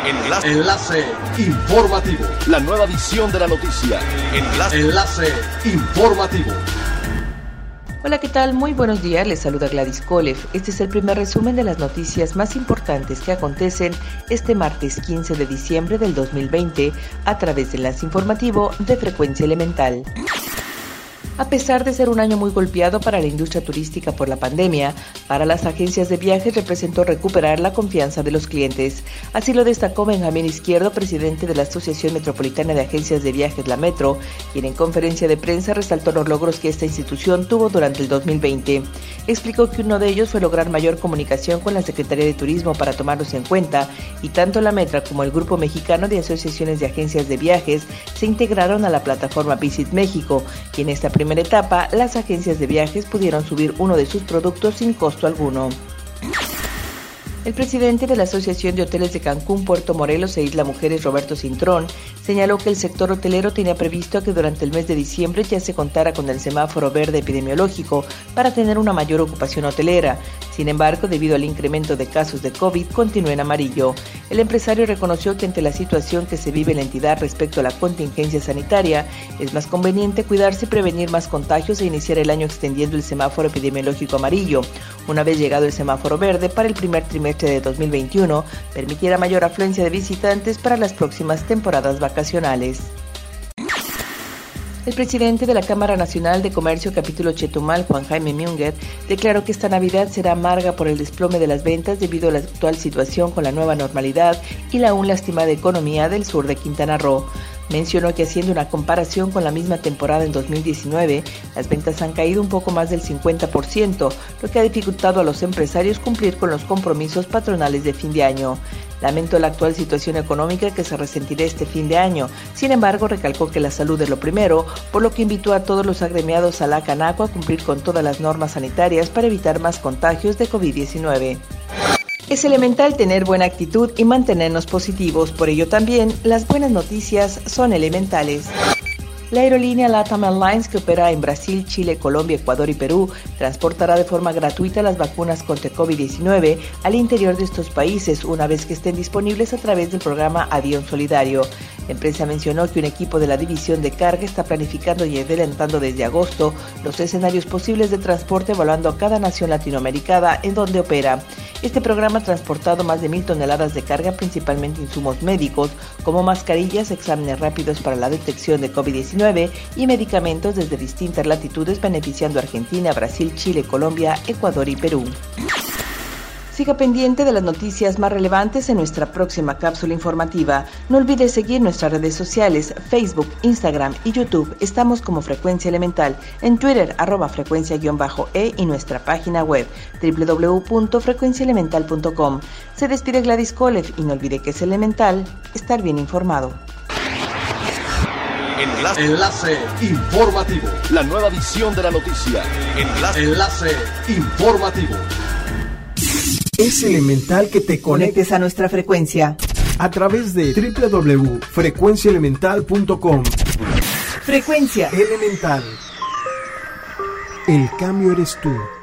Enlace informativo. La nueva edición de la noticia. Enlace informativo. Hola, ¿qué tal? Muy buenos días, les saluda Gladys Kolev. Este es el primer resumen de las noticias más importantes que acontecen este martes 15 de diciembre del 2020 a través de Enlace Informativo de Frecuencia Elemental. A pesar de ser un año muy golpeado para la industria turística por la pandemia, para las agencias de viajes representó recuperar la confianza de los clientes. Así lo destacó Benjamín Izquierdo, presidente de la Asociación Metropolitana de Agencias de Viajes, la Metro, quien en conferencia de prensa resaltó los logros que esta institución tuvo durante el 2020. Explicó que uno de ellos fue lograr mayor comunicación con la Secretaría de Turismo para tomarlos en cuenta, y tanto la Metra como el Grupo Mexicano de Asociaciones de Agencias de Viajes se integraron a la plataforma Visit México, y en esta primera etapa, las agencias de viajes pudieron subir uno de sus productos sin costo alguno. El presidente de la Asociación de Hoteles de Cancún, Puerto Morelos e Isla Mujeres, Roberto Cintrón, señaló que el sector hotelero tenía previsto que durante el mes de diciembre ya se contara con el semáforo verde epidemiológico para tener una mayor ocupación hotelera. Sin embargo, debido al incremento de casos de COVID, continúa en amarillo. El empresario reconoció que ante la situación que se vive en la entidad respecto a la contingencia sanitaria, es más conveniente cuidarse y prevenir más contagios e iniciar el año extendiendo el semáforo epidemiológico amarillo. Una vez llegado el semáforo verde para el primer trimestre de 2021, permitirá mayor afluencia de visitantes para las próximas temporadas vacacionales. El presidente de la Cámara Nacional de Comercio Capítulo Chetumal, Juan Jaime Münger, declaró que esta Navidad será amarga por el desplome de las ventas debido a la actual situación con la nueva normalidad y la aún lastimada economía del sur de Quintana Roo. Mencionó que haciendo una comparación con la misma temporada en 2019, las ventas han caído un poco más del 50%, lo que ha dificultado a los empresarios cumplir con los compromisos patronales de fin de año. Lamentó la actual situación económica que se resentirá este fin de año. Sin embargo, recalcó que la salud es lo primero, por lo que invitó a todos los agremiados a la Canaco a cumplir con todas las normas sanitarias para evitar más contagios de COVID-19. Es elemental tener buena actitud y mantenernos positivos, por ello también las buenas noticias son elementales. La aerolínea LATAM Airlines, que opera en Brasil, Chile, Colombia, Ecuador y Perú, transportará de forma gratuita las vacunas contra COVID-19 al interior de estos países una vez que estén disponibles a través del programa Avión Solidario. La empresa mencionó que un equipo de la división de carga está planificando y adelantando desde agosto los escenarios posibles de transporte evaluando a cada nación latinoamericana en donde opera. Este programa ha transportado más de 1,000 toneladas de carga, principalmente insumos médicos, como mascarillas, exámenes rápidos para la detección de COVID-19 y medicamentos desde distintas latitudes, beneficiando a Argentina, Brasil, Chile, Colombia, Ecuador y Perú. Siga pendiente de las noticias más relevantes en nuestra próxima cápsula informativa. No olvide seguir nuestras redes sociales, Facebook, Instagram y YouTube. Estamos como Frecuencia Elemental, en Twitter, @frecuencia_e y nuestra página web, www.frecuenciaelemental.com. Se despide Gladys Kolev y no olvide que es elemental estar bien informado. Enlace informativo. La nueva edición de la noticia. Enlace informativo. Es elemental que te conectes a nuestra frecuencia a través de www.frecuenciaelemental.com. Frecuencia Elemental. El cambio eres tú.